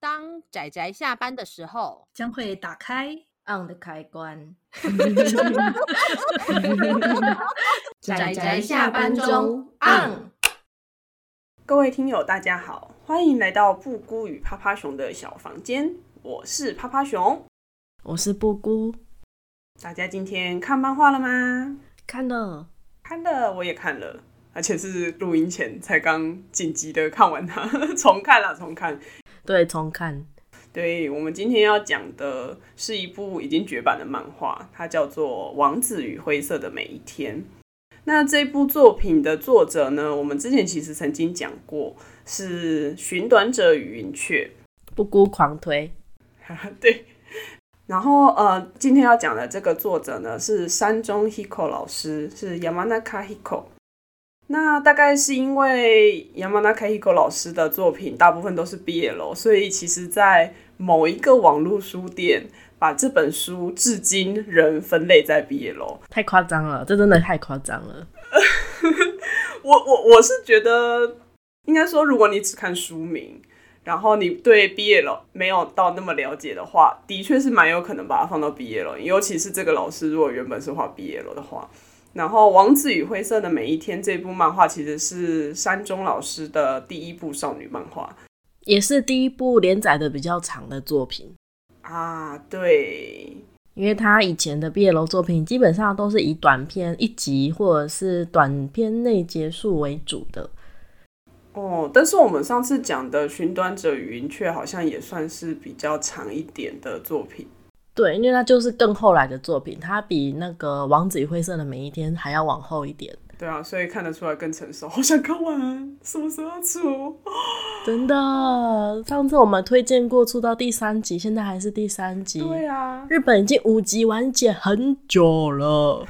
当宅宅下班的时候， 将会打开 on 的开关。 宅宅下班中 on。 各位听友大家好，欢迎来到布姑与趴趴熊的小房间，我是趴趴熊， 我是布姑。 大家今天看漫画了吗？ 看了， 我也看了，而且是录音前才刚紧急的看完它，重看。 对，重看。 对，我们今天要讲的是一部已经绝版的漫画，它叫做《王子与灰色的每一天》。那这部作品的作者呢，我们之前其实曾经讲过，是寻短者与云雀， 布姑狂推。 对。然后今天要讲的这个作者呢是山中 Hiko 老师，是 Yamanaka Hiko。那大概是因为 Yamanaka Hiko 老师的作品大部分都是 BL， 所以其实在某一个网络书店把这本书至今仍分类在 BL。 太夸张了，这真的太夸张了。 我是觉得应该说，如果你只看书名，然后你对 BL 没有到那么了解的话，的确是蛮有可能把它放到 BL， 尤其是这个老师如果原本是画 BL 的话。然后《王子与灰色的每一天》这部漫画其实是山中老师的第一部少女漫画， 也是第一部连载的比较长的作品啊。对， 因为他以前的 BL 作品基本上都是以短篇一集或者是短篇内结束为主的。 但是我们上次讲的《寻短者与云雀》好像也算是比较长一点的作品。 对，因为它就是更后来的作品，它比那个《王子与灰色的每一天》还要往后一点。 对啊，所以看得出来更成熟。好想看完，什么时候要出？ 真的，上次我们推荐过出到第3集，现在还是第3集。 对啊， 日本已经5集完结很久了。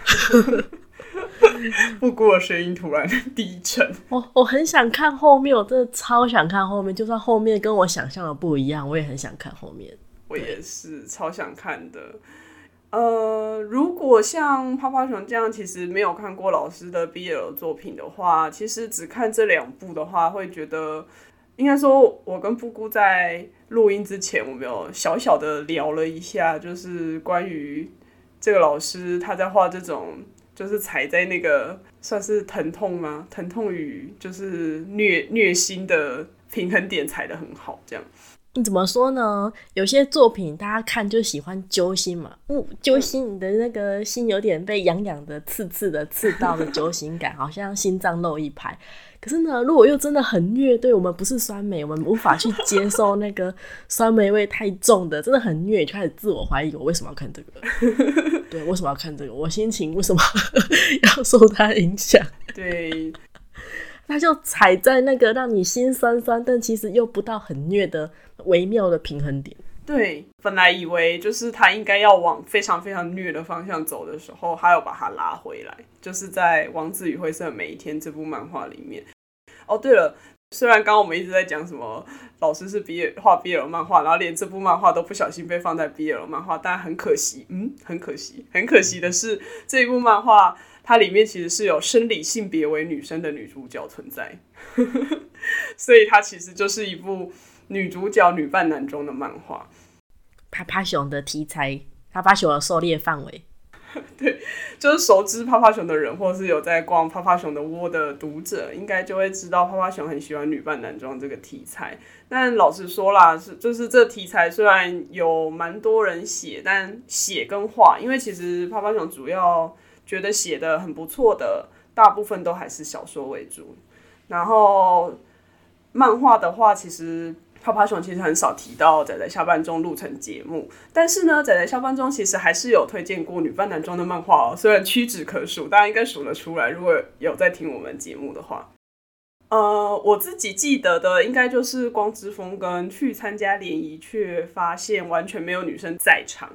布姑的声音突然低沉。 我很想看后面，我真的超想看后面，就算后面跟我想象的不一样，我也很想看后面。 我也是超想看的。如果像趴趴熊这样其实没有看过老师的 BL 作品的话，其实只看这2部的话，会觉得应该说我跟布姑在录音之前，我们有小小的聊了一下，就是关于这个老师他在画这种就是踩在那个算是疼痛吗？疼痛与就是虐心的平衡点踩得很好，这样。 你怎么说呢？有些作品大家看就喜欢揪心嘛，揪心，你的那个心有点被痒痒的、刺刺的刺到的揪心感，好像心脏漏一拍。可是呢，如果又真的很虐，对我们不是酸梅，我们无法去接受那个酸梅味太重的，真的很虐，就开始自我怀疑，我为什么要看这个？对，为什么要看这个？我心情为什么要受它影响？ 对。 他就踩在那个让你心酸酸但其实又不到很虐的微妙的平衡点。 对，本来以为就是他应该要往非常非常虐的方向走的时候，他有把他拉回来，就是在《王子与灰色的每一天》这部漫画里面。对了，虽然刚刚我们一直在讲什么老师是画 BL 漫画，然后连这部漫画都不小心被放在 BL 漫画，但很可惜很可惜的是，这一部漫画它里面其实是有生理性别为女生的女主角存在。所以它其实就是一部女主角女扮男装的漫画。 趴趴熊的题材，趴趴熊的狩猎范围。 对，就是熟知趴趴熊的人，或是有在逛趴趴熊的窝的读者，应该就会知道趴趴熊很喜欢女扮男装这个题材。但老实说啦，就是这题材虽然有蛮多人写，但写跟画，因为其实趴趴熊主要觉得写的很不错的，大部分都还是小说为主。然后漫画的话，其实趴趴熊其实很少提到宅宅下班中录成节目，但是呢，宅宅下班中其实还是有推荐过女扮男装的漫画哦，虽然屈指可数，大家应该数得出来，如果有在听我们节目的话。我自己记得的应该就是光之风跟去参加联谊却发现完全没有女生在场。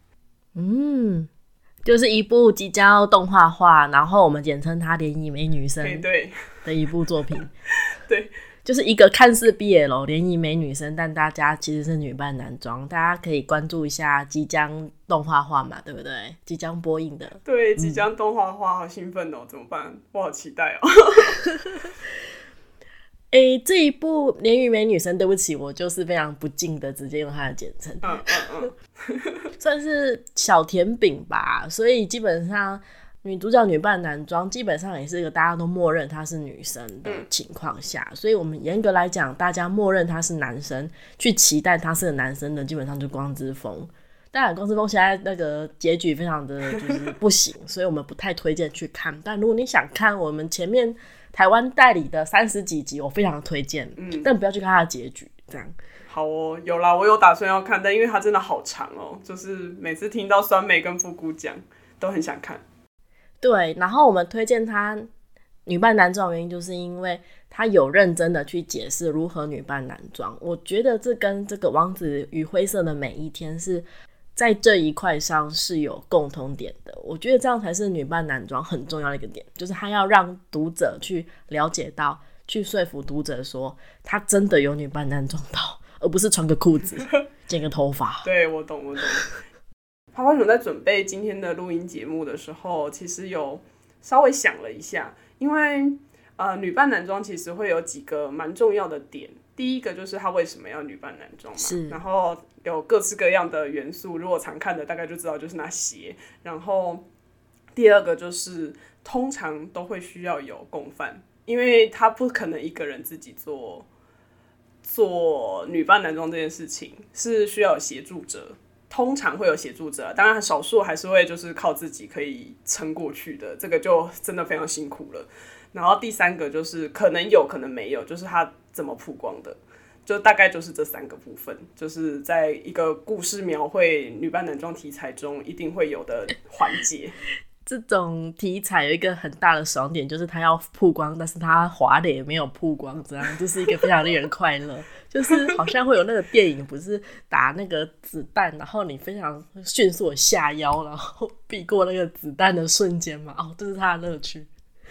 就是一部即将要动画化，然后我们简称它联谊美女生的一部作品。 对， 就是一个看似 BL 联谊美女生，但大家其实是女扮男装，大家可以关注一下即将动画化嘛，对不对？即将播映的。 对，即将动画化，好兴奋哦！怎么办？我好期待哦。 这一部《连虞美女生》，对不起，我就是非常不敬的直接用它的简称，算是小甜饼吧。所以基本上女主角女扮男装，基本上也是一个大家都默认她是女生的情况下，所以我们严格来讲，大家默认她是男生，去期待他是个男生的，基本上就光之风。当然光之风现在那个结局非常的就是不行，所以我们不太推荐去看。但如果你想看我们前面台湾代理的30几集，我非常推荐，但不要去看它的结局这样。 好哦，有啦，我有打算要看，但因为它真的好长哦，就是每次听到酸梅跟布谷讲都很想看。 对，然后我们推荐他女扮男装的原因，就是因为他有认真的去解释如何女扮男装。我觉得这跟这个王子与灰色的每一天是在这一块上是有共同点的。我觉得这样才是女扮男装很重要的一个点，就是他要让读者去了解到，去说服读者说他真的有女扮男装到，而不是穿个裤子剪个头发。 对，我懂。泡泡熊在准备今天的录音节目的时候，其实有稍微想了一下，因为女扮男装其实会有几个蛮重要的点。第一个就是他为什么要女扮男装嘛，然后有各式各样的元素，如果常看的大概就知道就是那些。然后第二个就是通常都会需要有共犯，因为他不可能一个人自己做女扮男装这件事情，是需要有协助者。通常会有协助者，当然少数还是会就是靠自己可以撑过去的，这个就真的非常辛苦了。然后第三个就是可能有可能没有，就是他怎么曝光的，就大概就是这3个部分，就是在一个故事描绘女扮男装题材中一定会有的环节。 这种题材有一个很大的爽点，就是他要曝光，但是他滑的也没有曝光，这样就是一个非常令人快乐。就是好像会有那个电影，不是打那个子弹，然后你非常迅速的下腰，然后避过那个子弹的瞬间嘛？这是他的乐趣。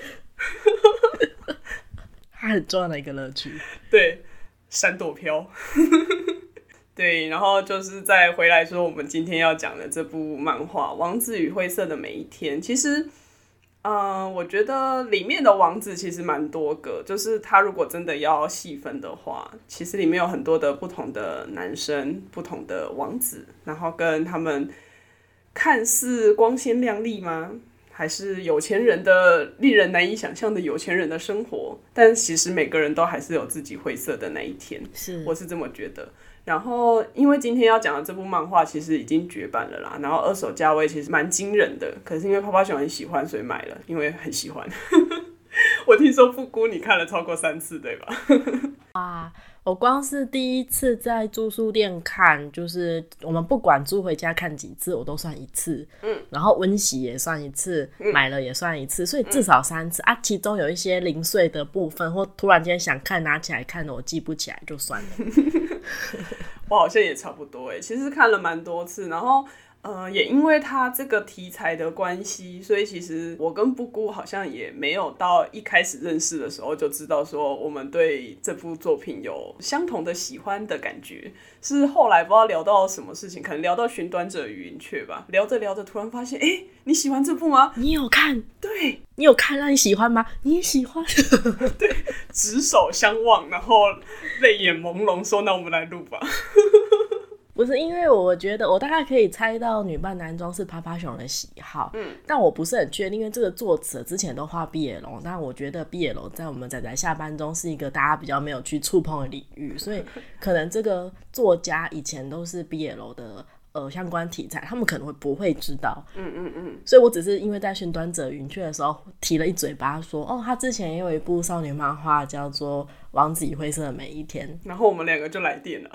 他很重要的一个乐趣。 对，闪躲飘。对，然后就是再回来说我们今天要讲的这部漫画《王子与灰色的每一天》。其实我觉得里面的王子其实蛮多个，就是他如果真的要细分的话，其实里面有很多的不同的男生，不同的王子，然后跟他们看似光鲜亮丽吗？还是有钱人的令人难以想象的有钱人的生活，但其实每个人都还是有自己灰色的那一天，我是这么觉得。然后因为今天要讲的这部漫画其实已经绝版了啦，然后二手价位其实蛮惊人的，可是因为泡泡熊很喜欢所以买了，因为很喜欢。我听说布谷你看了超过3次对吧？ 我光是第一次在租书店看，就是我们不管租回家看几次我都算1次，然后温习也算1次，买了也算1次，所以至少3次啊。其中有一些零碎的部分或突然间想看拿起来看的我记不起来就算了。 我好像也差不多其实看了蛮多次，然后也因为它这个题材的关系，所以其实我跟布谷好像也没有到一开始认识的时候就知道说我们对这部作品有相同的喜欢的感觉，是后来不知道聊到什么事情，可能聊到寻短者与云雀吧，聊着聊着突然发现你喜欢这部吗？ 你有看？ 对， 你有看，那你喜欢吗？你也喜欢？ 对，执手相望，然后泪眼朦胧说那我们来录吧。 不是，因为我觉得我大概可以猜到女扮男装是趴趴熊的喜好，但我不是很确定，因为这个作者之前都画 BL， 但我觉得 BL 在我们宅宅下班中是一个大家比较没有去触碰的领域，所以可能这个作家以前都是 BL 的相关题材，他们可能会不会知道，所以我只是因为在寻短者云雀的时候提了一嘴巴说他之前也有一部少女漫画叫做《王子与灰色的每一天》， 然后我们2个就来电了。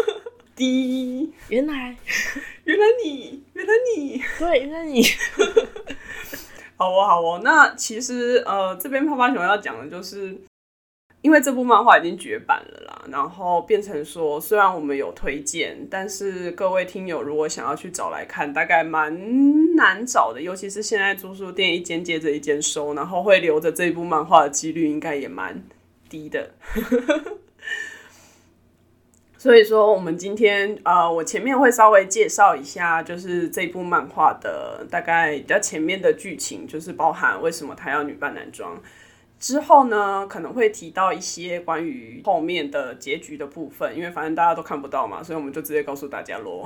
原来你对，原来你好哦。那其实这边泡泡熊要讲的就是因为这部漫画已经绝版了啦，然后变成说虽然我们有推荐，但是各位听友如果想要去找来看大概蛮难找的，尤其是现在租书店一间接着一间收，然后会留着这部漫画的几率应该也蛮低的。所以说我们今天我前面会稍微介绍一下就是这部漫画的大概比较前面的剧情，就是包含为什么他要女扮男装。 之后呢可能会提到一些关于后面的结局的部分，因为反正大家都看不到嘛，所以我们就直接告诉大家咯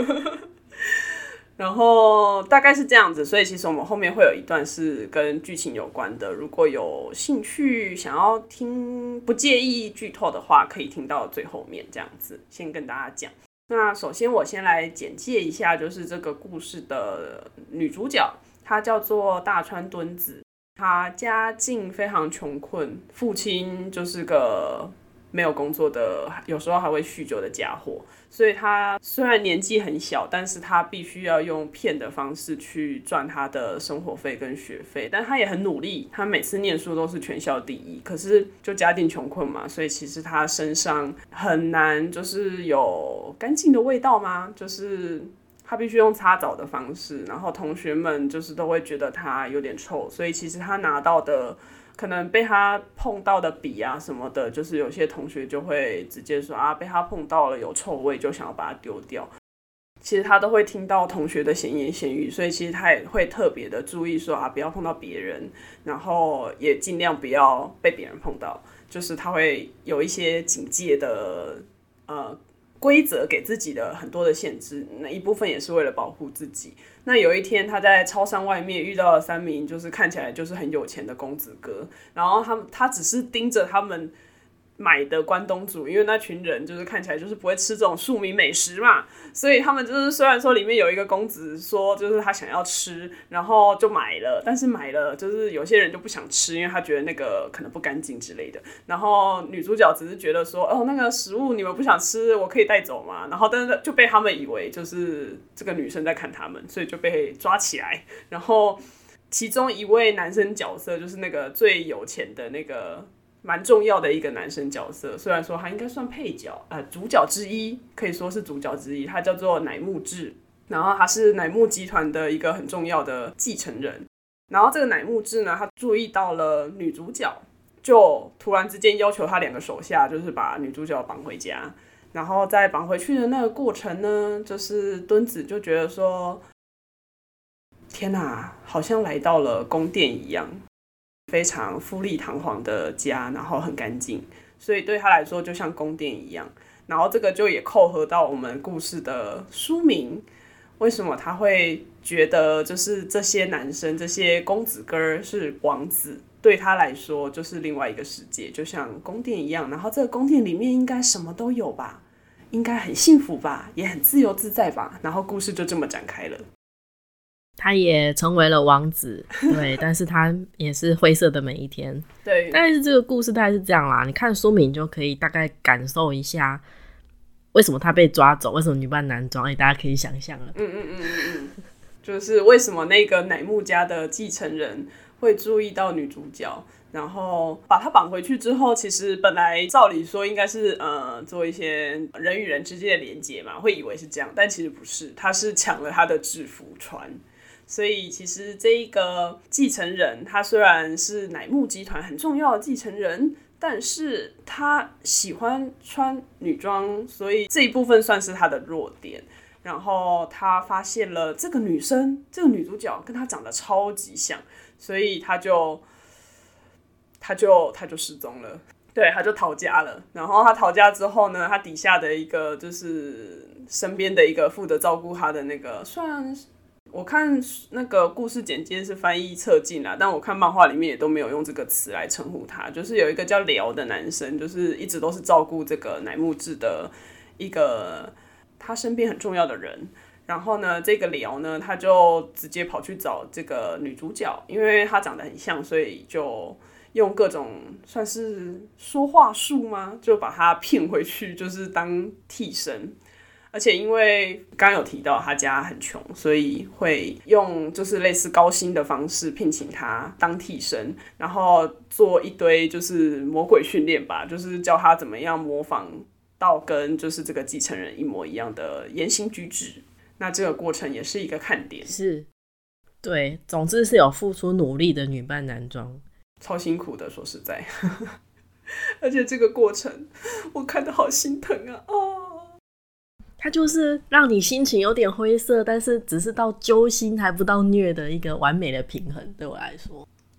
然后大概是这样子，所以其实我们后面会有一段是跟剧情有关的，如果有兴趣想要听不介意剧透的话，可以听到最后面这样子先跟大家讲。那首先我先来简介一下，就是这个故事的女主角，她叫做大川敦子，她家境非常穷困，父亲就是个没有工作的，有时候还会酗酒的家伙，所以他虽然年纪很小，但是他必须要用骗的方式去赚他的生活费跟学费，但他也很努力，他每次念书都是全校第一，可是就家境穷困嘛，所以其实他身上很难就是有干净的味道吗？就是他必须用擦澡的方式，然后同学们就是都会觉得他有点臭，所以其实他拿到的可能被他碰到的笔啊什么的，就是有些同学就会直接说啊，被他碰到了有臭味，就想要把它丢掉。其实他都会听到同学的闲言闲语，所以其实他也会特别的注意说啊，不要碰到别人，然后也尽量不要被别人碰到，就是他会有一些警戒的规则给自己的很多的限制，那一部分也是为了保护自己。那有一天他在超商外面遇到了3名就是看起来就是很有钱的公子哥，然后他只是盯着他们买的关东煮，因为那群人就是看起来就是不会吃这种庶民美食嘛，所以他们就是虽然说里面有一个公子说就是他想要吃，然后就买了，但是买了就是有些人就不想吃，因为他觉得那个可能不干净之类的，然后女主角只是觉得说哦，那个食物你们不想吃我可以带走吗？然后但是就被他们以为就是这个女生在看他们，所以就被抓起来，然后其中一位男生角色就是那个最有钱的那个蛮重要的一个男生角色，虽然说他应该算配角，主角之一，可以说是主角之一，他叫做乃木智，然后他是乃木集团的一个很重要的继承人。然后这个乃木智呢，他注意到了女主角，就突然之间要求他2个手下，就是把女主角绑回家。然后在绑回去的那个过程呢，就是敦子就觉得说，天哪，好像来到了宫殿一样。非常富丽堂皇的家，然后很干净，所以对他来说就像宫殿一样。然后这个就也扣合到我们故事的书名，为什么他会觉得就是这些男生这些公子哥是王子，对他来说就是另外一个世界，就像宫殿一样，然后这个宫殿里面应该什么都有吧，应该很幸福吧，也很自由自在吧，然后故事就这么展开了。 他也成为了王子，对，但是他也是灰色的每一天。 对， 但是这个故事大概是这样啦，你看书名就可以大概感受一下为什么他被抓走，为什么女扮男装，大家可以想象了。 就是为什么那个乃木家的继承人会注意到女主角，然后把她绑回去之后，其实本来照理说应该是做一些人与人之间的连结嘛，会以为是这样，但其实不是，他是抢了他的制服穿。所以其实这一个继承人，他虽然是乃木集团很重要的继承人，但是他喜欢穿女装，所以这一部分算是他的弱点。然后他发现了这个女生，这个女主角跟他长得超级像，所以他就失踪了。对，他就逃家了。然后他逃家之后呢，他底下的一个就是身边的一个负责照顾他的那个，算我看那个故事简介是翻译侧进啦，但我看漫画里面也都没有用这个词来称呼他，就是有一个叫辽的男生，就是一直都是照顾这个乃木智的一个他身边很重要的人。然后呢，这个辽呢，他就直接跑去找这个女主角，因为他长得很像，所以就用各种算是说话术吗，就把他骗回去，就是当替身。而且因为刚刚有提到他家很穷，所以会用就是类似高薪的方式聘请他当替身，然后做一堆就是魔鬼训练吧，就是教他怎么样模仿到跟就是这个继承人一模一样的言行举止。那这个过程也是一个看点， 是，对，总之是有付出努力的女扮男装， 超辛苦的，说实在而且这个过程我看得好心疼啊！ 它就是让你心情有点灰色，但是只是到揪心还不到虐的一个完美的平衡，对我来说。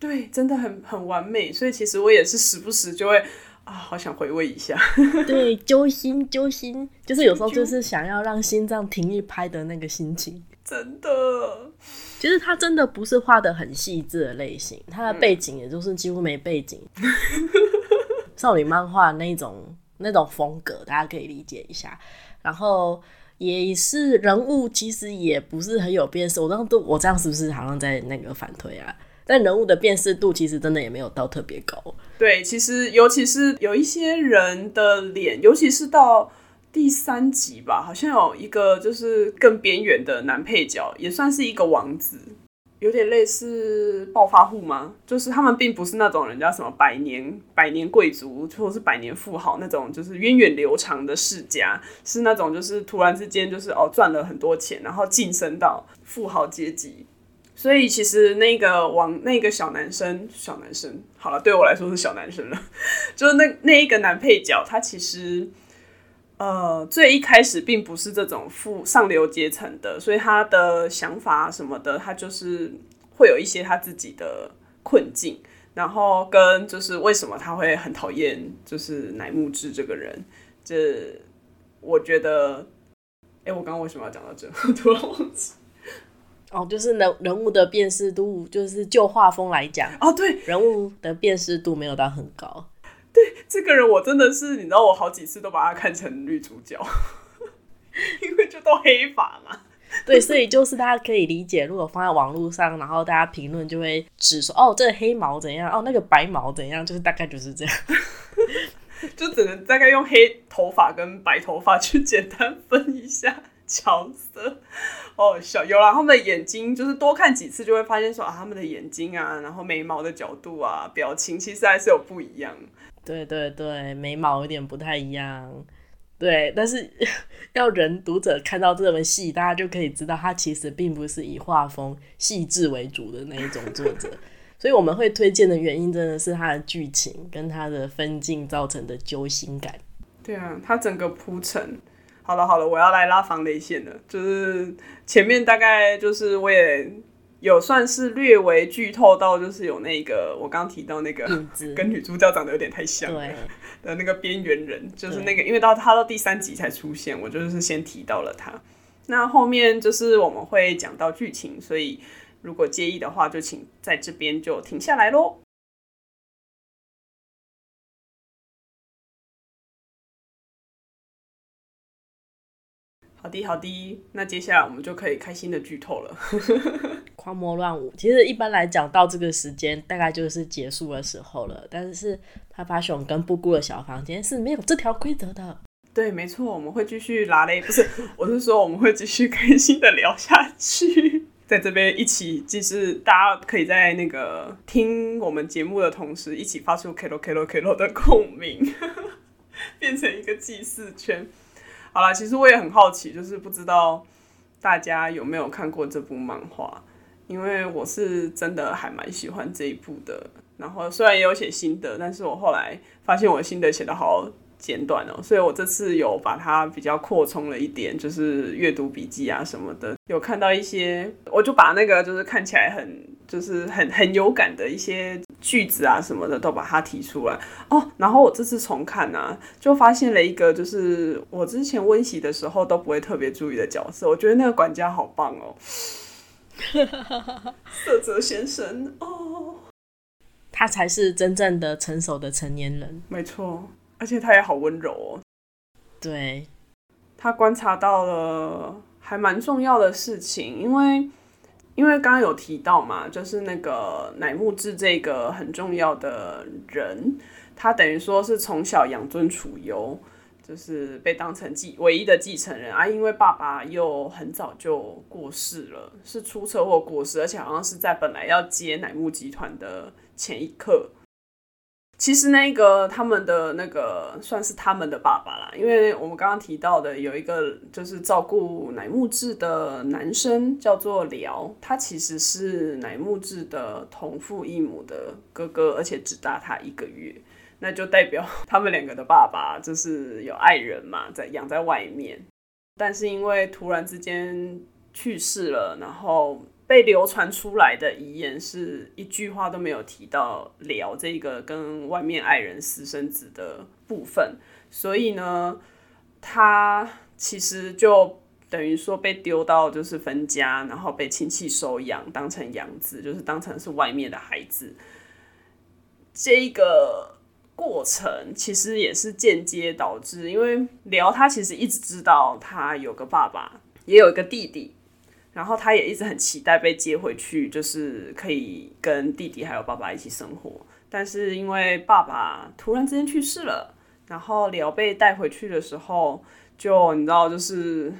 对，真的很完美，所以其实我也是时不时就会好想回味一下。 对，揪心，就是有时候就是想要让心脏停一拍的那个心情。 真的， 其实他真的不是画的很细致的类型，他的背景也就是几乎没背景。少女漫画那种风格，大家可以理解一下。然后也是人物，其实也不是很有辨识。我这样是不是好像在那个反推啊？但人物的辨识度其实真的也没有到特别高。 对，其实尤其是有一些人的脸，尤其是到第3集吧，好像有一个就是更边缘的男配角，也算是一个王子，有点类似暴发户吗？就是他们并不是那种人家什么百年贵族或者是百年富豪那种，就是源远流长的世家，是那种就是突然之间就是赚了很多钱，然后晋升到富豪阶级。所以其实那个小男生，好了，对我来说是小男生了，就是那一个男配角，他其实最一开始并不是这种上流阶层的，所以他的想法什么的，他就是会有一些他自己的困境，然后跟就是为什么他会很讨厌就是乃木志这个人，这我觉得，我刚刚为什么要讲到这？我突然忘记。 就是人物的辨识度，就是就画风来讲， 对， 人物的辨识度没有到很高。 对，这个人我真的是，你知道，我好几次都把他看成女主角，因为就都黑发嘛。 对，所以就是大家可以理解，如果放在网络上，然后大家评论就会指说，这个黑毛怎样，那个白毛怎样，就是大概就是这样。 就只能大概用黑头发跟白头发去简单分一下角色。有啦，他们的眼睛就是多看几次就会发现说他们的眼睛啊，然后眉毛的角度啊，表情其实还是有不一样。 对对对，眉毛有点不太一样。对，但是要读者看到这么细，大家就可以知道他其实并不是以画风细致为主的那一种作者。所以我们会推荐的原因真的是他的剧情跟他的分镜造成的揪心感。 对啊，他整个铺陈。好了，我要来拉防雷线了。就是前面大概就是我也有算是略微剧透到，就是有那个我刚提到那个跟女主角长得有点太像的那个边缘人，就是那个因为他到第3集才出现，我就是先提到了他。那后面就是我们会讲到剧情，所以如果介意的话，就请在这边就停下来咯。好的，那接下来我们就可以开心的剧透了。 狂魔乱舞其实一般来讲到这个时间大概就是结束的时候了，但是趴趴熊跟布谷的小房间是没有这条规则的。 对，没错，我们会继续拉嘞，不是，我是说我们会继续开心的聊下去。在这边一起，就是大家可以在那个听我们节目的同时，一起发出 Kero Kero Kero 的共鸣，变成一个祭祀圈。好啦，其实我也很好奇，就是不知道大家有没有看过这部漫画，因为我是真的还蛮喜欢这一部的。然后虽然也有写心得，但是我后来发现我的心得写得好简短哦，所以我这次有把它比较扩充了一点，就是阅读笔记啊什么的，有看到一些，我就把那个就是看起来很有感的一些句子啊什么的都把它提出来然后我这次重看啊，就发现了一个就是我之前温习的时候都不会特别注意的角色，我觉得那个管家好棒哦，色泽先生他才是真正的成熟的成年人。 没错，而且他也好温柔哦。 对， 他观察到了还蛮重要的事情，因为刚刚有提到嘛，就是那个乃木志这个很重要的人，他等于说是从小养尊处优，就是被当成唯一的继承人啊。因为爸爸又很早就过世了，是出车祸过世，而且好像是在本来要接乃木集团的前一刻。其实那个他们的那个算是他们的爸爸啦，因为我们刚刚提到的有一个就是照顾乃木志的男生叫做辽，他其实是乃木志的同父异母的哥哥，而且只大他1个月，那就代表他们2个的爸爸就是有爱人嘛，养在外面，但是因为突然之间去世了，然后被流传出来的遗言是一句话都没有提到辽这个跟外面爱人私生子的部分，所以呢，他其实就等于说被丢到就是分家，然后被亲戚收养，当成养子，就是当成是外面的孩子。这个过程其实也是间接导致，因为辽他其实一直知道他有个爸爸，也有一个弟弟，然后他也一直很期待被接回去，就是可以跟弟弟还有爸爸一起生活。但是因为爸爸突然之间去世了，然后辽被带回去的时候，就你知道，就是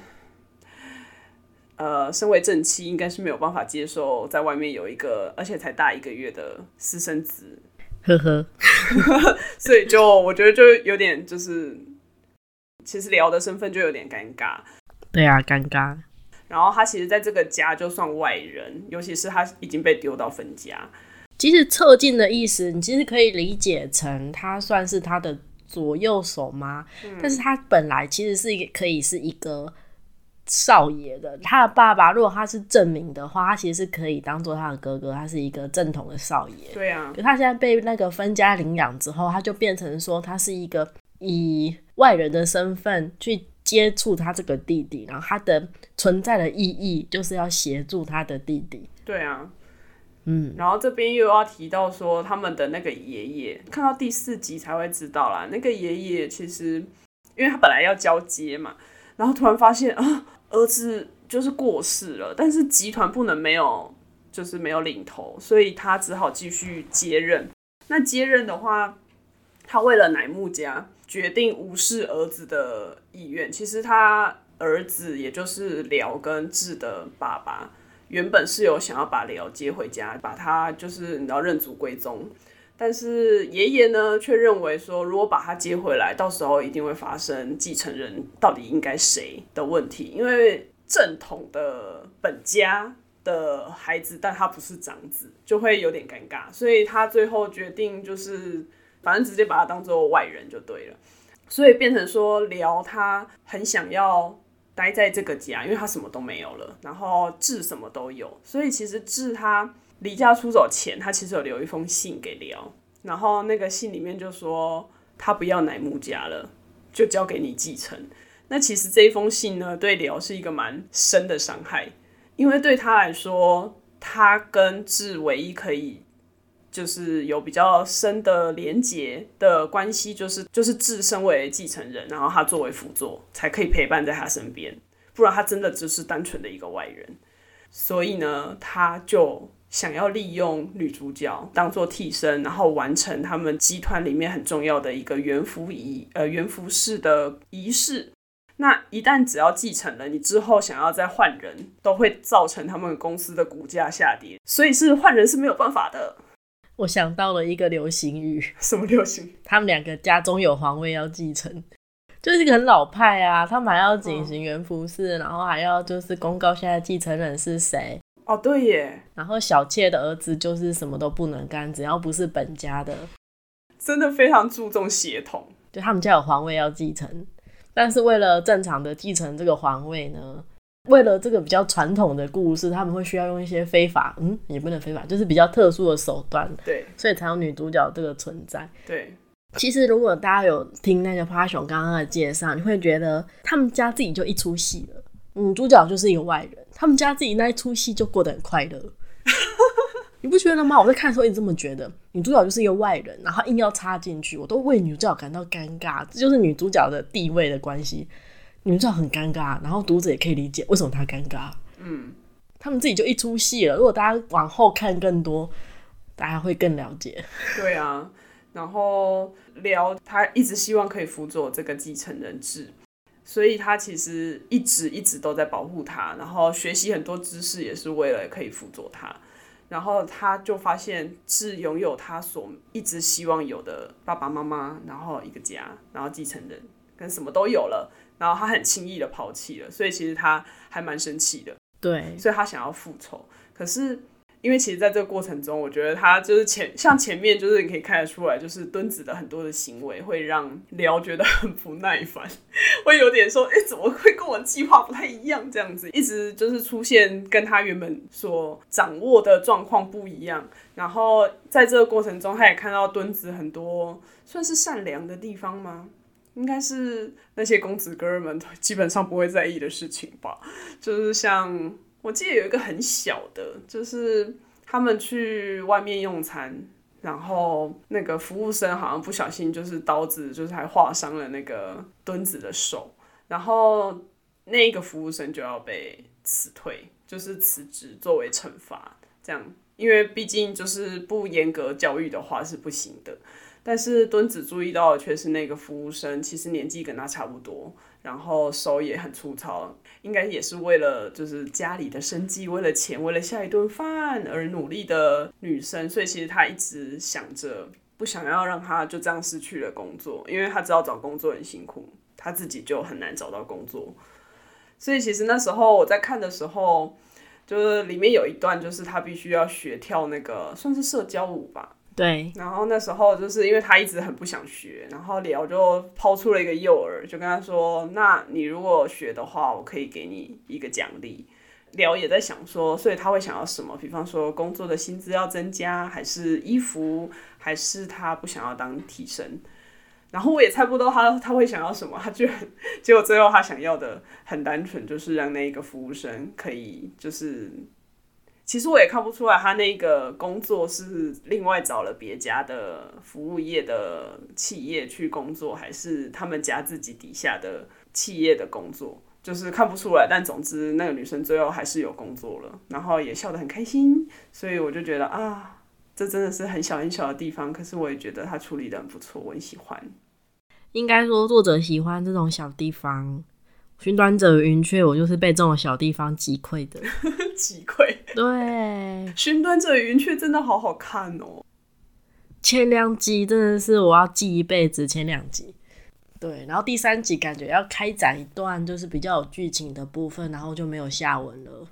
身为正妻应该是没有办法接受在外面有一个而且才大1个月的私生子， 呵呵， 所以就我觉得就有点就是，其实辽的身份就有点尴尬。 对啊，尴尬。 然后他其实在这个家就算外人，尤其是他已经被丢到分家。 其实侧进的意思，你其实可以理解成他算是他的左右手吗？但是他本来其实是可以是一个少爷的，他的爸爸如果他是正名的话，他其实是可以当做他的哥哥，他是一个正统的少爷。 对啊， 可他现在被那个分家领养之后，他就变成说他是一个以外人的身份去接触他这个弟弟，然后他的存在的意义就是要协助他的弟弟。 对啊，然后这边又要提到说他们的那个爷爷，看到第4集才会知道啦。那个爷爷其实因为他本来要交接嘛，然后突然发现儿子就是过世了，但是集团不能没有领头，所以他只好继续接任。那接任的话，他为了乃木家决定无视儿子的意愿。其实他儿子也就是辽跟智的爸爸原本是有想要把辽接回家，把他就是你知道认祖归宗，但是爷爷呢却认为说，如果把他接回来，到时候一定会发生继承人到底应该谁的问题，因为正统的本家的孩子，但他不是长子，就会有点尴尬，所以他最后决定就是反正直接把他当做外人就对了。所以变成说辽他很想要待在这个家，因为他什么都没有了，然后智什么都有，所以其实智他离家出走前，他其实有留一封信给辽，然后那个信里面就说他不要乃木家了，就交给你继承。那其实这一封信呢，对辽是一个蛮深的伤害，因为对他来说，他跟智唯一可以就是有比较深的连结的关系，就是智身为继承人，然后他作为辅佐才可以陪伴在他身边，不然他真的只是单纯的一个外人。所以呢，他就想要利用女主角当做替身，然后完成他们集团里面很重要的一个元服式的仪式。那一旦只要继承了，你之后想要再换人，都会造成他们公司的股价下跌，所以是换人是没有办法的。 我想到了一个流行语。 什么流行？ 他们2个家中有皇位要继承，就是一个很老派啊，他们还要进行元服式，然后还要就是公告现在继承人是谁。 哦，对耶。 然后小妾的儿子就是什么都不能干，只要不是本家的。 真的非常注重血统。 就他们家有皇位要继承，但是为了正常的继承这个皇位呢，为了这个比较传统的故事，他们会需要用一些非法也不能非法，就是比较特殊的手段。 对， 所以才有女主角这个存在。 对， 其实如果大家有听那个趴熊刚刚的介绍，你会觉得他们家自己就一出戏了，女主角就是一个外人，他们家自己那一出戏就过得很快乐。你不觉得吗？我在看的时候一直这么觉得，女主角就是一个外人，然后硬要插进去，我都为女主角感到尴尬，这就是女主角的地位的关系。女主角很尴尬，然后读者也可以理解为什么她尴尬。他们自己就一出戏了，如果大家往后看更多，大家会更了解。 对啊，然后辽他一直希望可以辅佐这个继承人智，所以他其实一直都在保护他，然后学习很多知识也是为了可以辅佐他。然后他就发现智拥有他所一直希望有的爸爸妈妈，然后一个家，然后继承人跟什么都有了，然后他很轻易的抛弃了，所以其实他还蛮生气的。 对， 所以他想要复仇，可是因为其实在这个过程中，我觉得他就是像前面就是你可以看得出来，就是敦子的很多的行为会让辽觉得很不耐烦，会有点说怎么会跟我计划不太一样这样子，一直就是出现跟他原本所掌握的状况不一样。然后在这个过程中，他也看到敦子很多算是善良的地方吗？应该是那些公子哥们基本上不会在意的事情吧，就是像我记得有一个很小的，就是他们去外面用餐，然后那个服务生好像不小心就是刀子就是还划伤了那个敦子的手，然后那个服务生就要被辞退，就是辞职作为惩罚这样，因为毕竟就是不严格教育的话是不行的。但是敦子注意到的却是那个服务生其实年纪跟他差不多，然后手也很粗糙，应该也是为了就是家里的生计，为了钱，为了下一顿饭而努力的女生，所以其实他一直想着不想要让他就这样失去了工作，因为他知道找工作很辛苦，他自己就很难找到工作。所以其实那时候我在看的时候，就是里面有一段就是他必须要学跳那个算是社交舞吧， 对， 然后那时候就是因为他一直很不想学，然后辽就抛出了一个诱饵，就跟他说，那你如果学的话我可以给你一个奖励。辽也在想说，所以他会想要什么，比方说工作的薪资要增加，还是衣服，还是他不想要当替身。然后我也猜不到他会想要什么，结果最后他想要的很单纯，就是让那个服务生可以就是其实我也看不出来他那个工作是另外找了别家的服务业的企业去工作，还是他们家自己底下的企业的工作，就是看不出来。但总之那个女生最后还是有工作了，然后也笑得很开心，所以我就觉得啊，这真的是很小很小的地方，可是我也觉得他处理得很不错，我很喜欢。 应该说作者喜欢这种小地方。寻短者云雀，我就是被这种小地方击溃的。 击溃。 对， 寻短者云雀真的好好看哦。 前2集真的是我要记一辈子，前2集。对，然后第3集感觉要开展一段就是比较有剧情的部分，然后就没有下文了。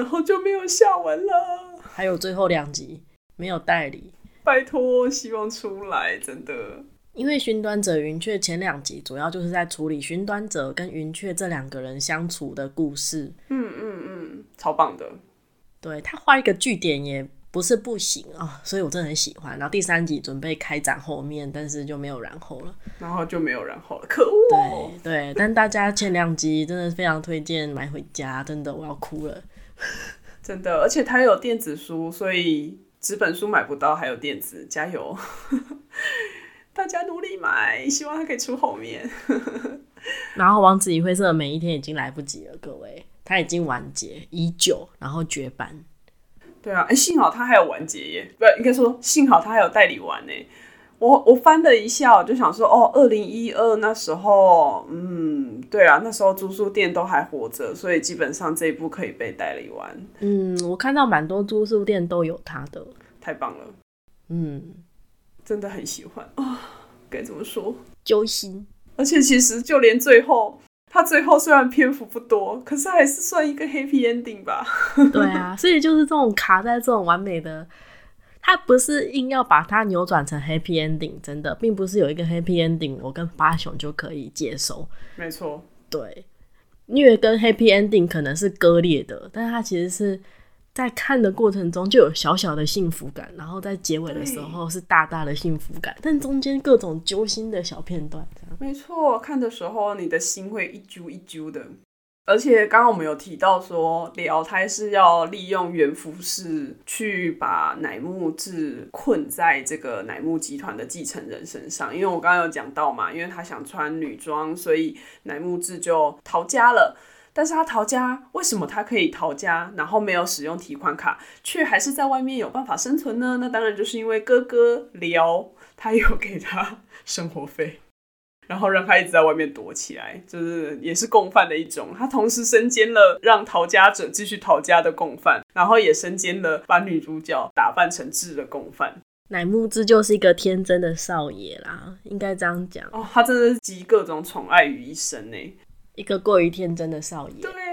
还有最后2集没有代理， 拜托，希望出来，真的。 因为寻短者云雀前2集主要就是在处理寻短者跟云雀这2个人相处的故事。 超棒的。 对，他画一个句点也不是不行啊，所以我真的很喜欢。然后第3集准备开展后面，但是就没有然后了。可恶。对，但大家前2集真的非常推荐买回家，真的我要哭了。 真的，而且它有电子书，所以纸本书买不到，还有电子，加油。大家努力买，希望它可以出后面。 然后王子与灰色的每一天已经来不及了，各位，它已经完结已久，然后绝版。 对啊，幸好它还有完结耶，不应该说幸好它还有代理完耶。我翻了一下，我就想说2012那时候，对啊，那时候租书店都还活着，所以基本上这一部可以被代理完。 我看到蛮多租书店都有它的， 太棒了。真的很喜欢啊，该怎么说？ 揪心。 而且其实就连最后，他最后虽然篇幅不多，可是还是算一个 happy ending 吧。 对啊，所以就是这种卡在这种完美的，他不是硬要把它扭转成 happy ending， 真的并不是有一个 happy ending 我跟八雄就可以接受。 没错， 对，因为跟 happy ending 可能是割裂的，但是它其实是在看的过程中就有小小的幸福感，然后在结尾的时候是大大的幸福感，但中间各种揪心的小片段这样。 没错，看的时候你的心会一揪一揪的。而且刚刚我们有提到说辽太是要利用原服氏去把乃木志困在这个乃木集团的继承人身上，因为我刚刚有讲到嘛，因为他想穿女装，所以乃木志就逃家了。但是他逃家，为什么他可以逃家，然后没有使用提款卡，却还是在外面有办法生存呢？那当然就是因为哥哥辽他有给他生活费，然后让他一直在外面躲起来，就是也是共犯的一种。他同时身兼了让逃家者继续逃家的共犯，然后也身兼了把女主角打扮成智的共犯。 乃木志就是一个天真的少爷啦，应该这样讲。 他真的是集各种宠爱于一身耶， 一个过于天真的少爷。 对，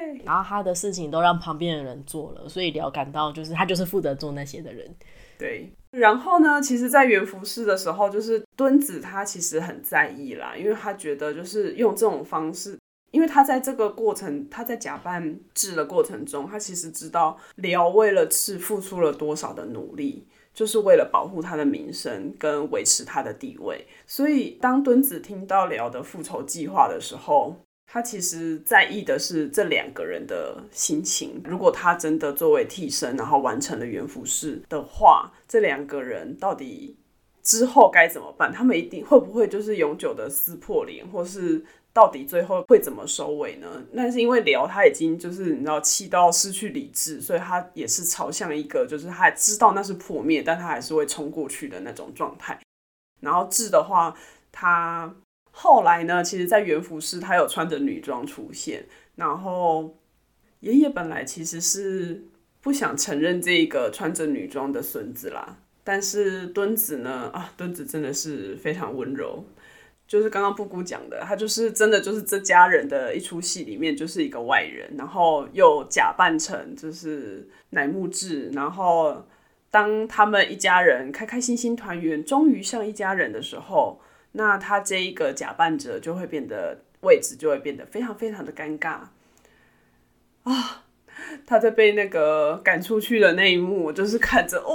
然后他的事情都让旁边的人做了，所以辽感到就是他就是负责做那些的人。 对，然后呢，其实在元服侍的时候，就是敦子他其实很在意啦，因为他觉得就是用这种方式，因为他在这个过程，他在假扮智的过程中，他其实知道辽为了智付出了多少的努力，就是为了保护他的名声跟维持他的地位。所以当敦子听到辽的复仇计划的时候，他其实在意的是这两个人的心情。如果他真的作为替身，然后完成了元服侍的话，这两个人到底之后该怎么办？他们一定会不会就是永久的撕破脸，或是到底最后会怎么收尾呢？那是因为辽他已经就是你知道气到失去理智，所以他也是朝向一个就是他知道那是破灭，但他还是会冲过去的那种状态。然后智的话，他后来呢，其实在元服侍他有穿着女装出现，然后爷爷本来其实是不想承认这个穿着女装的孙子啦，但是敦子呢，敦子真的是非常温柔，就是刚刚布姑讲的，他就是真的就是这家人的一出戏里面就是一个外人，然后又假扮成就是乃木智，然后当他们一家人开开心心团圆，终于像一家人的时候，那他这一个假扮者就会变得位置就会变得非常非常的尴尬啊！他在被那个赶出去的那一幕，我就是看着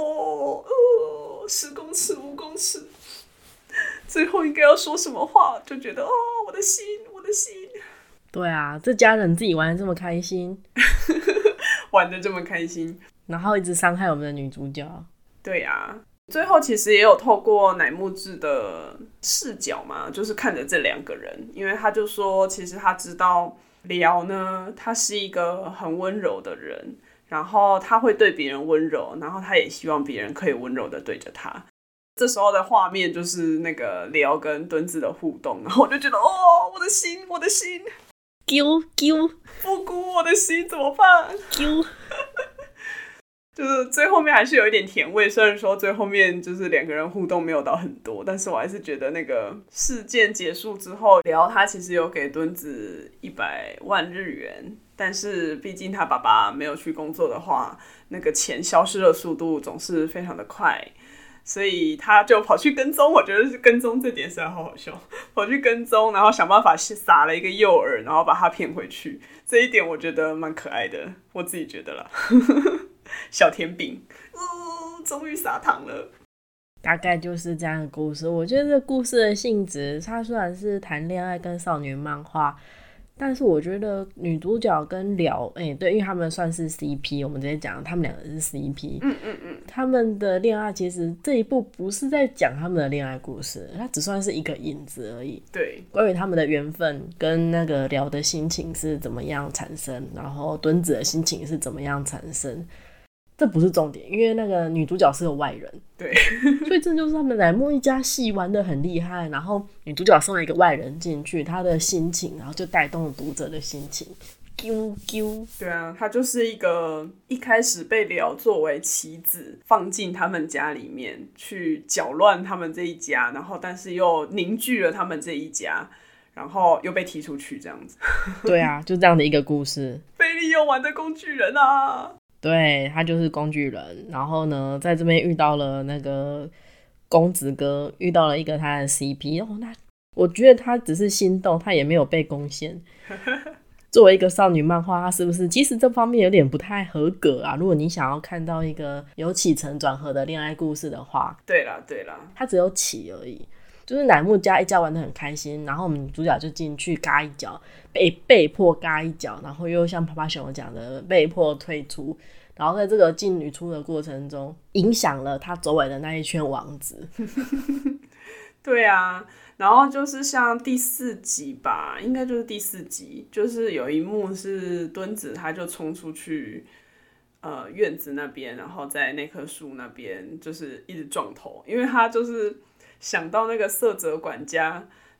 10公尺5公尺，最后应该要说什么话，就觉得我的心，我的心。 对啊，这家人自己玩得这么开心， 玩得这么开心， 然后一直伤害我们的女主角。 对啊。最后其实也有透过乃木智的视角嘛，就是看着这两个人，因为他就说其实他知道辽呢，他是一个很温柔的人，然后他会对别人温柔，然后他也希望别人可以温柔的对着他。这时候的画面就是那个辽跟敦子的互动，然后我就觉得我的心，我的心， 丢丢， 布姑，我的心怎么办？ 丢。 就是最后面还是有一点甜味，虽然说最后面就是两个人互动没有到很多，但是我还是觉得那个事件结束之后，辽他其实有给敦子100万日元，但是毕竟他爸爸没有去工作的话，那个钱消失的速度总是非常的快，所以他就跑去跟踪。我觉得是跟踪这点实在好好笑，跑去跟踪，然后想办法撒了一个诱饵，然后把他骗回去。这一点我觉得蛮可爱的，我自己觉得啦。小甜饼，终于撒糖了。 大概就是这样的故事。我觉得这故事的性质，它虽然是谈恋爱跟少女漫画，但是我觉得女主角跟辽，对，因为他们算是 CP， 我们直接讲他们两个是 CP。他们的恋爱其实这一部不是在讲他们的恋爱故事，它只算是一个引子而已。 对， 关于他们的缘分跟那个辽的心情是怎么样产生，然后敦子的心情是怎么样产生。这不是重点，因为那个女主角是个外人， 对， 所以这就是他们乃木一家戏玩得很厉害。然后女主角送了一个外人进去，她的心情，然后就带动了读者的心情。 对啊，她就是一个一开始被辽作为棋子放进他们家里面去搅乱他们这一家，然后但是又凝聚了他们这一家，然后又被踢出去这样子。 对啊，就这样的一个故事。 被利用完的工具人啊！ 对，他就是工具人，然后呢在这边遇到了那个公子哥，遇到了一个他的 CP。那我觉得他只是心动，他也没有被攻陷。作为一个少女漫画，他是不是其实这方面有点不太合格啊？如果你想要看到一个有起承转合的恋爱故事的话， 对啦， 他只有起而已。就是乃木家一家玩得很开心，然后我们主角就进去嘎一脚，被迫嘎一脚，然后又像啪啪熊讲的被迫退出，然后在这个进女出的过程中影响了他周围的那一圈王子。 对啊，然后就是像第4集吧，应该就是第4集，就是有一幕是敦子他就冲出去院子那边，然后在那棵树那边就是一直撞头，因为他就是想到那个色泽管家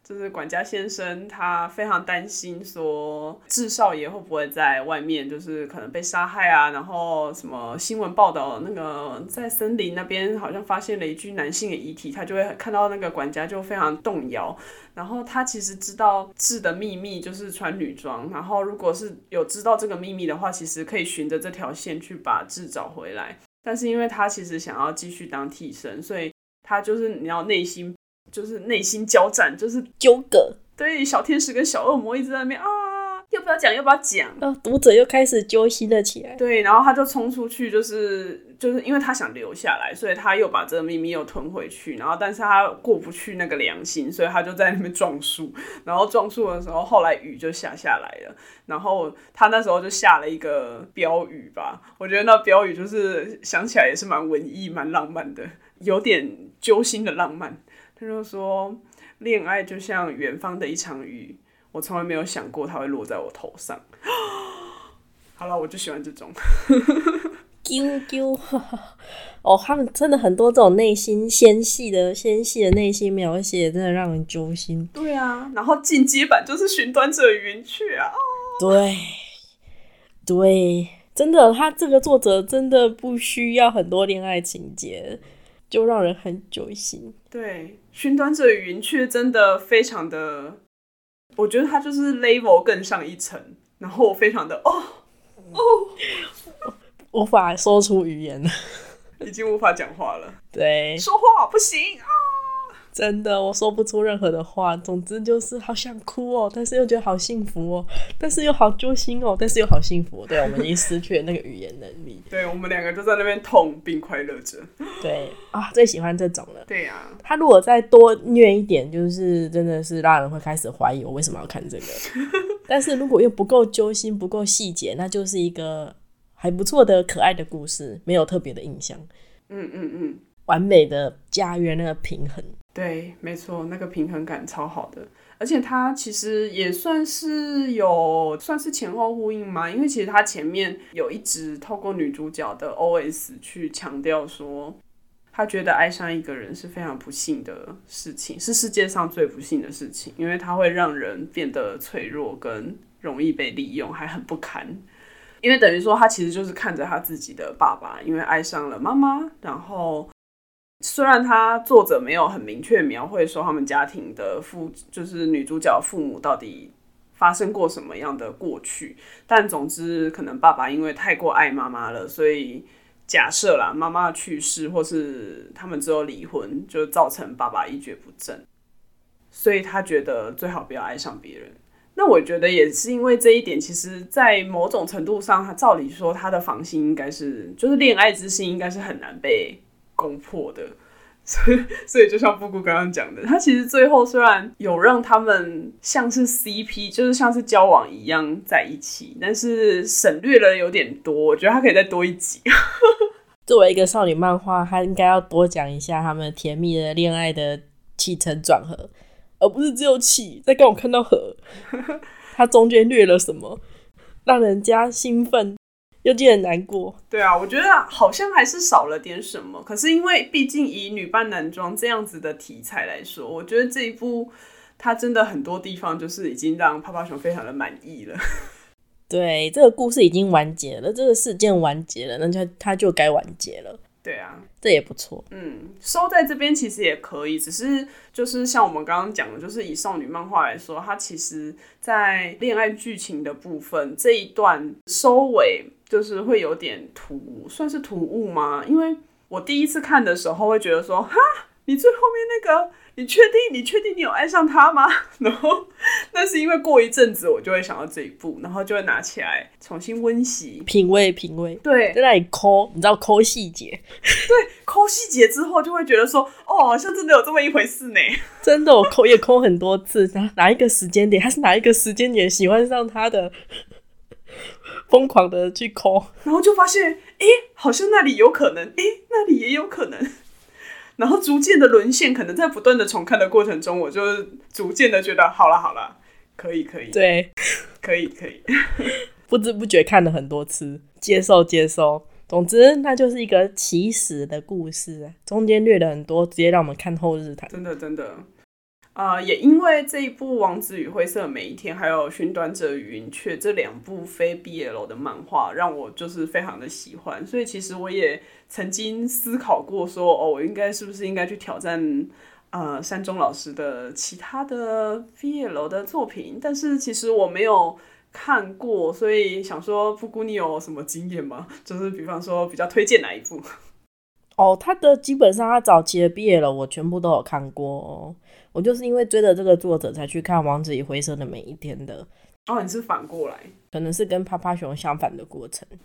就是管家先生他非常担心说智少爷会不会在外面就是可能被杀害啊，然后什么新闻报道那个在森林那边好像发现了一具男性的遗体，他就会看到那个管家就非常动摇，然后他其实知道智的秘密就是穿女装，然后如果是有知道这个秘密的话，其实可以循着这条线去把智找回来，但是因为他其实想要继续当替身，所以他就是你要内心交战，就是纠葛， 对，小天使跟小恶魔一直在那边啊，要不要讲要不要讲， 读者又开始揪心了起来。 对，然后他就冲出去，就是因为他想留下来，所以他又把这个秘密又吞回去，然后但是他过不去那个良心，所以他就在那边撞树，然后撞树的时候后来雨就下来了，然后他那时候就下了一个标语吧，我觉得那标语就是想起来也是蛮文艺蛮浪漫的，有点揪心的浪漫。他就说恋爱就像远方的一场雨，我从来没有想过它会落在我头上。好了，我就喜欢这种啾啾哦，他们真的很多这种内心纤细的内心描写，真的让人揪心。 对啊，然后进阶版就是寻端者云雀啊。 对，真的，他这个作者真的不需要很多恋爱情节，就让人很揪心。 对，寻端者云雀真的非常的，我觉得他就是 level 更上一层，然后我非常的无法说出语言了， 已经无法讲话了。 对， 说话不行啊！ 真的，我说不出任何的话。总之就是好想哭哦，但是又觉得好幸福哦，但是又好揪心哦，但是又好幸福哦。对，我们已经失去了那个语言能力。 对，我们两个就在那边痛并快乐着。 对啊，最喜欢这种了。 对啊， 他如果再多虐一点，就是真的是让人会开始怀疑我为什么要看这个。但是如果又不够揪心、不够细节，那就是一个还不错的可爱的故事，没有特别的印象。完美的驾驭那个平衡。 对，没错，那个平衡感超好的，而且它其实也算是前后呼应嘛，因为其实它前面有一直透过女主角的 OS 去强调说，她觉得爱上一个人是非常不幸的事情，是世界上最不幸的事情，因为它会让人变得脆弱跟容易被利用，还很不堪。因为等于说，她其实就是看着她自己的爸爸，因为爱上了妈妈，然后虽然他作者没有很明确描绘说他们家庭的就是女主角父母到底发生过什么样的过去，但总之可能爸爸因为太过爱妈妈了，所以假设啦妈妈去世或是他们之后离婚，就造成爸爸一蹶不振，所以他觉得最好不要爱上别人。那我觉得也是因为这一点，其实在某种程度上，他照理说他的防心应该是就是恋爱之心应该是很难被攻破的，所以就像布谷刚刚讲的，他其实最后虽然有让他们像是 CP， 就是像是交往一样在一起，但是省略了有点多，我觉得他可以再多一集。 作为一个少女漫画，他应该要多讲一下他们甜蜜的恋爱的起承转合，而不是只有起再刚我看到合，他中间略了什么，让人家兴奋又觉得难过。 对啊，我觉得好像还是少了点什么，可是因为毕竟以女扮男装这样子的题材来说，我觉得这一部它真的很多地方就是已经让泡泡熊非常的满意了。 对，这个故事已经完结了，这个事件完结了，那它就该完结了。 对啊， 这也不错。 收在这边其实也可以，只是就是像我们刚刚讲的，就是以少女漫画来说，它其实在恋爱剧情的部分这一段收尾就是会有点算是突兀吗？因为我第一次看的时候会觉得说，哈，你最后面那个，你确定你有爱上他吗？然后但是因为过一阵子我就会想到这一部，然后就会拿起来重新温习品味。对，在那里抠，你知道抠细节。 对，抠细节之后就会觉得说，哦，好像真的有这么一回事呢。 真的，我也抠很多次，哪一个时间点，他是哪一个时间点喜欢上他的，疯狂的去抠， 然后就发现，好像那里有可能，那里也有可能。然后逐渐的沦陷，可能在不断的重看的过程中，我就逐渐的觉得好了，可以， 对， 可以， 不知不觉看了很多次，接受。总之，那就是一个起始的故事，中间略了很多，直接让我们看后日谈。 真的。 也因为这一部《王子与灰色的每一天》还有《寻短者与云雀》这两部非 BL 的漫画，让我就是非常的喜欢，所以其实我也曾经思考过说，我是不是应该去挑战山中老师的其他的 BL 的作品，但是其实我没有看过，所以想说布谷你有什么经验吗？就是比方说比较推荐哪一部？ 他的基本上他早期的 BL 我全部都有看过哦。我就是因为追着这个作者才去看《王子与灰色的每一天》的。 你是反过来， 可能是跟趴趴熊相反的过程。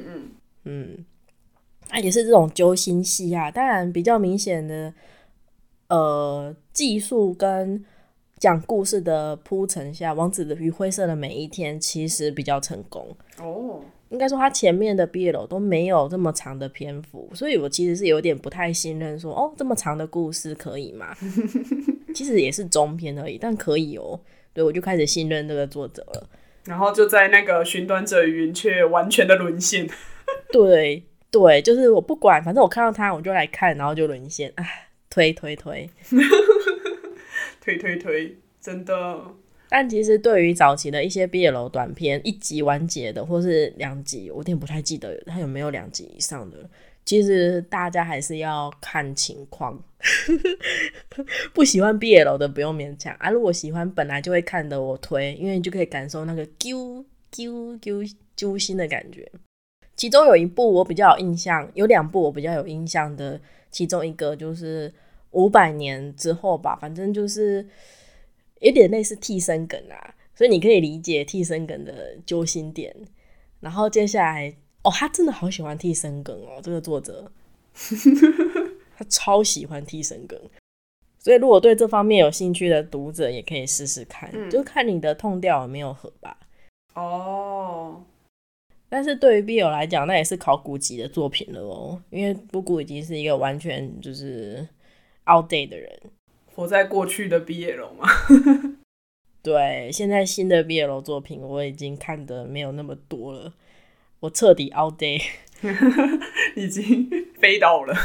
也是这种揪心戏啊，当然比较明显的技术跟讲故事的铺陈下，《王子与灰色的每一天》其实比较成功哦。应该说他前面的 BL 都没有这么长的篇幅，所以我其实是有点不太信任说这么长的故事可以吗？其实也是中篇而已，但可以哦。对，我就开始信任这个作者了， 然后就在那个寻短者与云雀完全的沦陷。 对，就是我不管，反正我看到他我就来看，然后就沦陷。推真的。 但其实对于早期的一些 BL 短片一集完结的或是2集，我有点不太记得他有没有2集以上的，其实大家还是要看情况。不喜欢 BL 的不用勉强如果喜欢本来就会看的我推，因为你就可以感受那个揪心的感觉。其中有一部我比较有印象，有2部我比较有印象的，其中一个就是500年之后吧，反正就是有点类似替身梗所以你可以理解替身梗的揪心点。然后接下来他真的好喜欢替身梗这个作者他超喜欢替身梗，所以如果对这方面有兴趣的读者也可以试试看，就看你的痛调有没有合吧。但是对于 BL 来讲那也是考古级的作品了因为布谷已经是一个完全就是 outdate 的人， 活在过去的 BL 嘛。 对，现在新的 BL 作品我已经看的没有那么多了，我彻底 outdate 已经飞到了。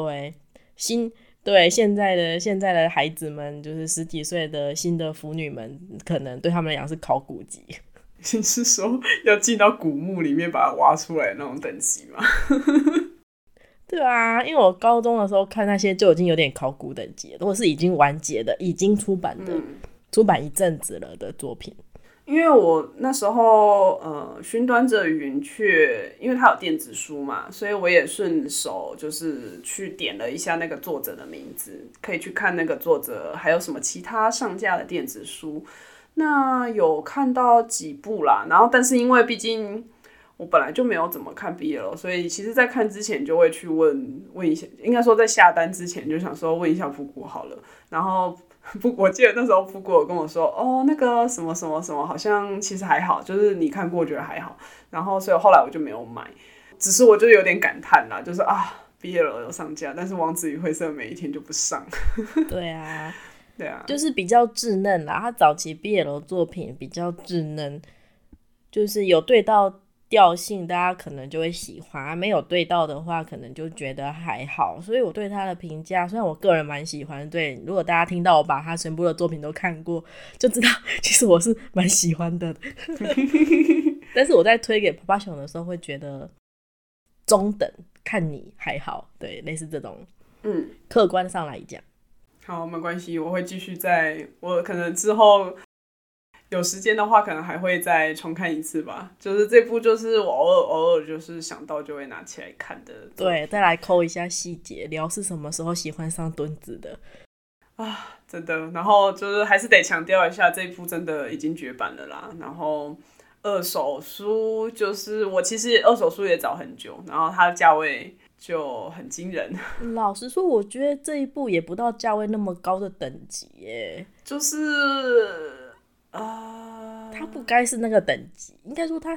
对现在的孩子们，就是10几岁的新的腐女们，可能对他们来讲是考古级。 你是说要进到古墓里面把它挖出来的那种等级吗？ 对啊，因为我高中的时候看那些就已经有点考古等级了，如果是已经完结的已经出版的出版一阵子了的作品。 因为我那时候寻短者与云雀因为它有电子书嘛，所以我也顺手就是去点了一下那个作者的名字，可以去看那个作者还有什么其他上架的电子书。那有看到几部啦，然后但是因为毕竟我本来就没有怎么看 BL， 所以其实在看之前就会去问一下，应该说在下单之前就想说问一下布谷好了。然后我记得那时候布谷有跟我说那个什么什么什么好像其实还好，就是你看过觉得还好，然后所以后来我就没有买，只是我就有点感叹啦，就是BL 有上架，但是王子与灰色每一天就不上。 对啊就是比较稚嫩啦，他早期 BL 作品比较稚嫩，就是有对到调性大家可能就会喜欢，没有对到的话可能就觉得还好。所以我对他的评价，虽然我个人蛮喜欢，对，如果大家听到我把他全部的作品都看过就知道其实我是蛮喜欢的但是我在推给趴趴熊的时候会觉得中等，看你还好，对，类似这种客观上来讲。 好，没关系，我会继续我可能之后有时间的话可能还会再重看一次吧，就是这部就是我偶尔就是想到就会拿起来看的。 对，再来抠一下细节，聊是什么时候喜欢上墩子的真的。然后就是还是得强调一下，这一部真的已经绝版了啦。然后二手书就是我其实二手书也找很久，然后它的价位就很惊人。 老实说我觉得这一部也不到价位那么高的等级耶， 就是它不该是那个等级，应该说它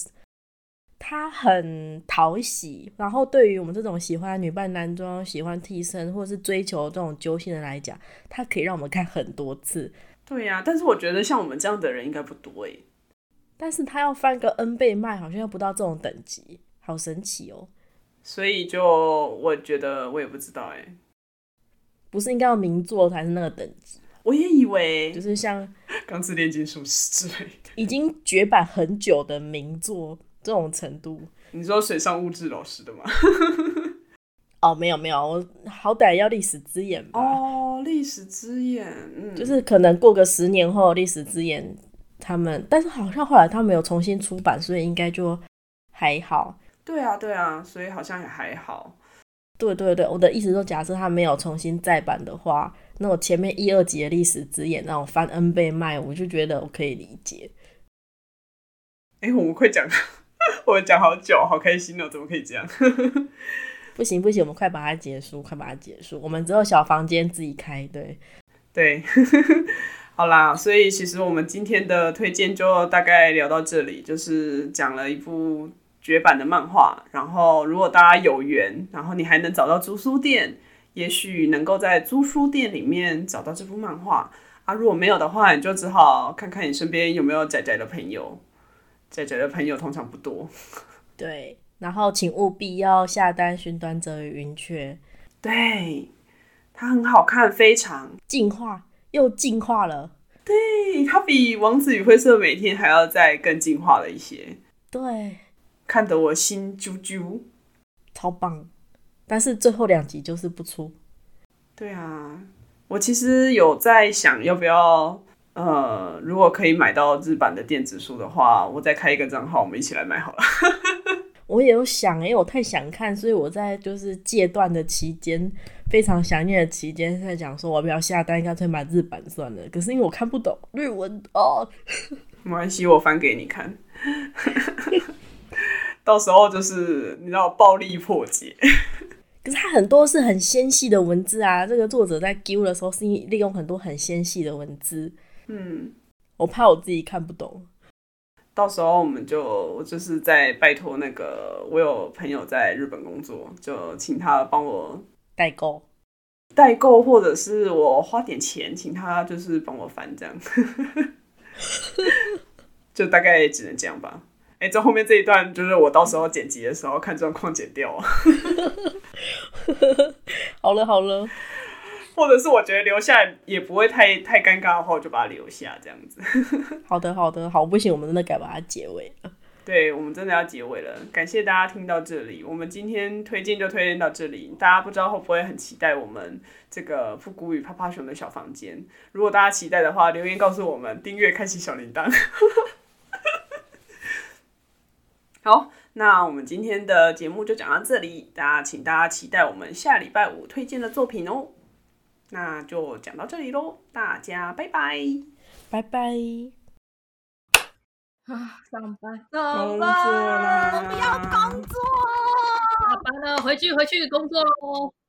很讨喜，然后对于我们这种喜欢女扮男装喜欢替身或者是追求这种揪心的来讲，它可以让我们看很多次。 对啊，但是我觉得像我们这样的人应该不多耶， 但是他要翻个 N 倍卖好像要不到这种等级，好神奇哦。 所以就我觉得我也不知道不是应该要名作才是那个等级？ 我也以为就是像钢之炼金术师之类的， 已经绝版很久的名作这种程度。 你说水上物质老师的吗？ 哦，没有，我好歹要历史之眼吧。 哦，历史之眼， 就是可能过个10年后，历史之眼他们，但是好像后来他们有重新出版，所以应该就还好。 对啊，所以好像也还好。 对，我的意思说，假设他没有重新再版的话，那我前面1、2集的历史之眼让我翻 N 倍卖，我就觉得我可以理解。 我们会讲，我讲好久，好开心哦，怎么可以这样？ 不行，我们快把它结束，我们只有小房间自己开，对， 好啦，所以其实我们今天的推荐就大概聊到这里，就是讲了一部绝版的漫画，然后如果大家有缘，然后你还能找到租书店，也许能够在租书店里面找到这部漫画啊。如果没有的话，你就只好看看你身边有没有宅宅的朋友，宅宅的朋友通常不多。 对，然后请务必要下单《寻短者与云雀》， 对，它很好看，非常又进化了。 对，它比《王子与灰色每天》还要再更进化了一些。 对， 看得我心啾啾， 超棒。但是最后2集就是不出。 对啊，我其实有在想要不要，如果可以买到日版的电子书的话，我再开一个账号，我们一起来买好了。 我也有想，因为我太想看，所以我在就是戒断的期间，非常想念的期间，在讲说我不要下单，干脆买日版算了。可是因为我看不懂日文哦， 没关系，我翻给你看。到时候就是你知道暴力破解。 可是它很多是很纤细的文字啊，这个作者在丢的时候是利用很多很纤细的文字，我怕我自己看不懂。 到时候我就是在拜托那个，我有朋友在日本工作，就请他帮我代购，或者是我花点钱请他就是帮我翻这样。就大概只能这样吧。这后面这一段就是我到时候剪辑的时候看状况剪掉啊。 好了， 或者是我觉得留下也不会太尴尬的话，我就把它留下这样子。 好的，好，不行，我们真的该把它结尾了。 对，我们真的要结尾了，感谢大家听到这里，我们今天推荐就推荐到这里，大家不知道会不会很期待我们这个复古与趴趴熊的小房间？如果大家期待的话，留言告诉我们，订阅开启小铃铛。好，那我们今天的节目就讲到这里，请大家期待我们下礼拜5推荐的作品哦。那就讲到这里咯，大家拜拜， 拜拜。 上班， 工作啦， 我不要工作，下班了，回去工作咯。